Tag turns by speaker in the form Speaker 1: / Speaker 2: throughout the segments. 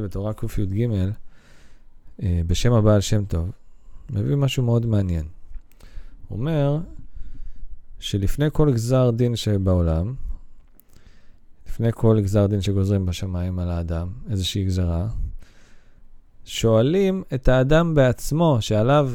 Speaker 1: בתורה קי"ג, בשם הבעל שם טוב, מביא משהו מאוד מעניין. הוא אומר שלפני כל גזר דין שבעולם, לפני כל גזר דין שגוזרים בשמיים על האדם, איזושהי גזרה, שואלים את האדם בעצמו, שעליו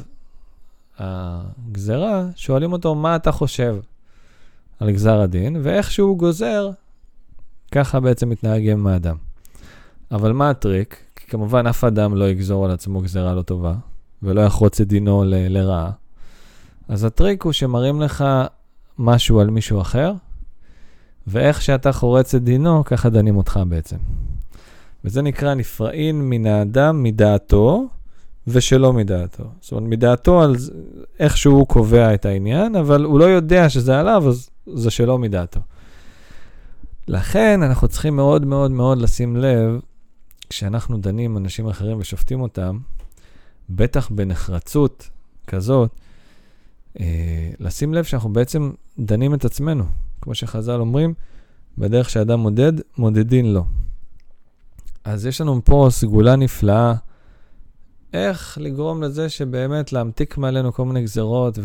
Speaker 1: הגזרה, שואלים אותו מה אתה חושב על גזר הדין, ואיך שהוא גוזר, ככה בעצם מתנהג עם האדם. אבל מה הטריק? כי כמובן אף אדם לא יגזור על עצמו גזרה לא טובה, ולא יחרוץ את דינו לרעה. אז הטריק הוא שמראים לך משהו על מישהו אחר, ואיך שאתה חורץ את דינו, ככה דנים אותך בעצם. וזה נקרא נפרעין מן האדם מדעתו, ושלא מדעתו. זאת אומרת, מדעתו על איך שהוא קובע את העניין, אבל הוא לא יודע שזה עליו, אז זה שלא מדעתו. לכן אנחנו צריכים מאוד מאוד מאוד לשים לב, כשאנחנו דנים אנשים אחרים ושופטים אותם, בטח בנחרצות כזאת, לשים לב שאנחנו בעצם דנים את עצמנו. כמו שחז"ל אומרים, בדרך שאדם מודד, מודדין לו. אז יש לנו פה סגולה נפלאה, איך לגרום לזה שבאמת להמתיק מעלינו כל מיני גזרות,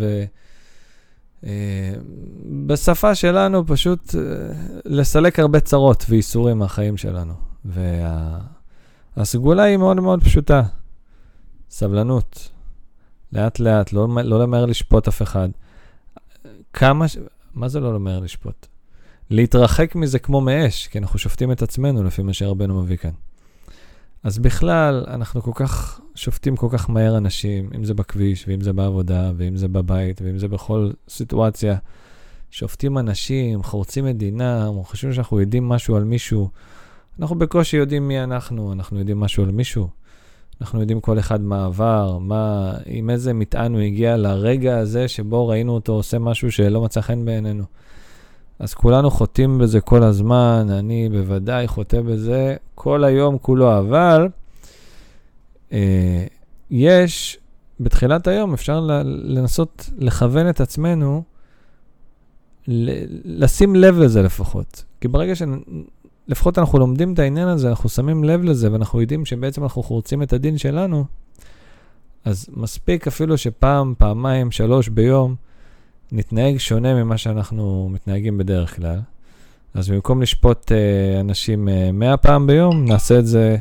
Speaker 1: ובשפה שלנו פשוט לסלק הרבה צרות ואיסורים מהחיים שלנו. והסגולה היא מאוד מאוד פשוטה. סבלנות. לאט לאט, לא למהר לשפוט אף אחד. מה זה לא למהר לשפוט? להתרחק מזה כמו מאש, כי אנחנו שופטים את עצמנו לפי מה שרבנו מביא כאן. אז בכלל, אנחנו כל כך שופטים כל כך מהר אנשים, אם זה בכביש, ואם זה בעבודה, ואם זה בבית, ואם זה בכל סיטואציה. שופטים אנשים, חורצים מדינה, אנחנו חושבים שאנחנו יודעים משהו על מישהו. אנחנו בקושי יודעים מי אנחנו יודעים משהו על מישהו. אנחנו יודעים כל אחד מה עבר, עם איזה מטען הוא הגיע לרגע הזה שבו ראינו אותו עושה משהו שלא מצא חן בעינינו. אז כולנו חוטאים בזה כל הזמן, אני בוודאי חוטא בזה כל היום כולו, אבל יש, בתחילת היום אפשר לנסות לכוון את עצמנו, לשים לב לזה לפחות. כי ברגע לפחות אנחנו לומדים את העניין הזה, אנחנו שמים לב לזה, ואנחנו יודעים שבעצם אנחנו חורצים את הדין שלנו, אז מספיק אפילו שפעם, פעמיים, 3 ביום, נתנהג שונה ממה שאנחנו מתנהגים בדרך כלל. אז במקום לשפוט אנשים 100 פעם ביום, נעשה את זה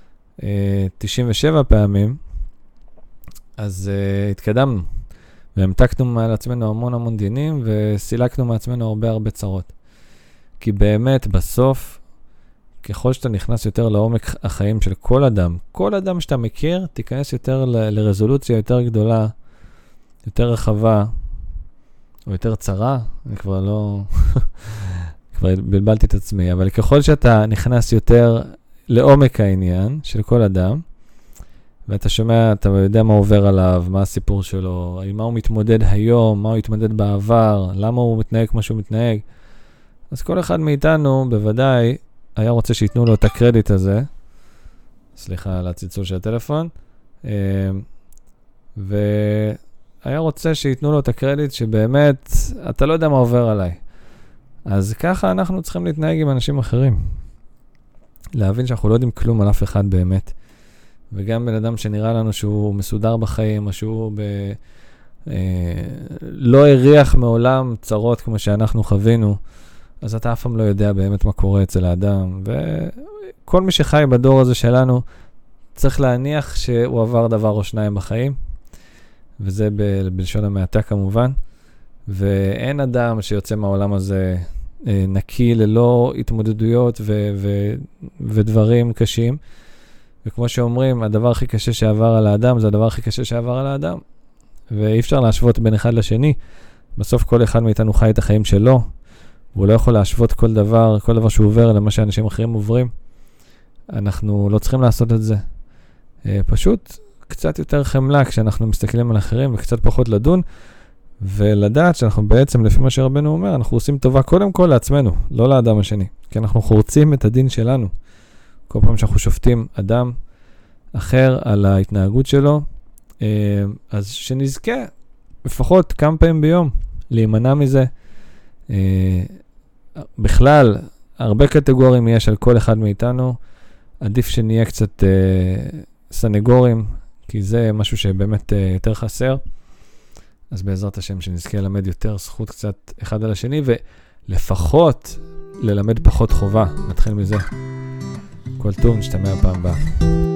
Speaker 1: 97 פעמים, אז התקדמנו, והמתקנו מעל עצמנו המון המון דינים, וסילקנו מעצמנו הרבה צרות. כי באמת בסוף, ככל שאתה נכנס יותר לעומק החיים של כל אדם שאתה מכיר, תיכנס יותר לרזולוציה יותר גדולה, יותר רחבה, או יותר צרה, אני כבר לא, כבר בלבלתי את עצמי, אבל ככל שאתה נכנס יותר לעומק העניין של כל אדם, ואתה שומע, אתה יודע מה עובר עליו, מה הסיפור שלו, עם מה הוא מתמודד היום, מה הוא התמודד בעבר, למה הוא מתנהג כמו שהוא מתנהג, אז כל אחד מאיתנו בוודאי היה רוצה שיתנו לו את הקרדיט הזה, סליחה על הצלצול של הטלפון, והיה רוצה שיתנו לו את הקרדיט שבאמת אתה לא יודע מה עובר עליי. אז ככה אנחנו צריכים להתנהג עם אנשים אחרים. להבין שאנחנו לא יודעים כלום על אף אחד באמת. וגם בן אדם שנראה לנו שהוא מסודר בחיים, או שהוא לא הריח מעולם צרות כמו שאנחנו חווינו, אז אתה אף פעם לא יודע באמת מה קורה אצל האדם. וכל מי שחי בדור הזה שלנו, צריך להניח שהוא עבר דבר או שניים בחיים. וזה בלשון המעטה כמובן. ואין אדם שיוצא מהעולם הזה נקי ללא התמודדויות ודברים קשים. וכמו שאומרים, הדבר הכי קשה שעבר על האדם, זה הדבר הכי קשה שעבר על האדם. ואי אפשר להשוות בין אחד לשני. בסוף כל אחד מאיתנו חי את החיים שלו. והוא לא יכול להשוות כל דבר שהוא עובר למה שאנשים אחרים עוברים. אנחנו לא צריכים לעשות את זה. פשוט קצת יותר חמלה כשאנחנו מסתכלים על אחרים, וקצת פחות לדון, ולדעת שאנחנו בעצם, לפי מה שרבנו אומר, אנחנו עושים טובה קודם כל לעצמנו, לא לאדם השני. כי אנחנו חורצים את הדין שלנו. כל פעם שאנחנו שופטים אדם אחר על ההתנהגות שלו, אז שנזכה לפחות כמה פעמים ביום להימנע מזה. בכלל, הרבה קטגוריים יש על כל אחד מאיתנו. עדיף שנהיה קצת סנגורים, כי זה משהו שבאמת יותר חסר. אז בעזרת השם שנזכה ללמד יותר זכות קצת אחד על השני, ולפחות ללמד פחות חובה. נתחיל מזה. כל טוב, נשתמע פעם הבאה.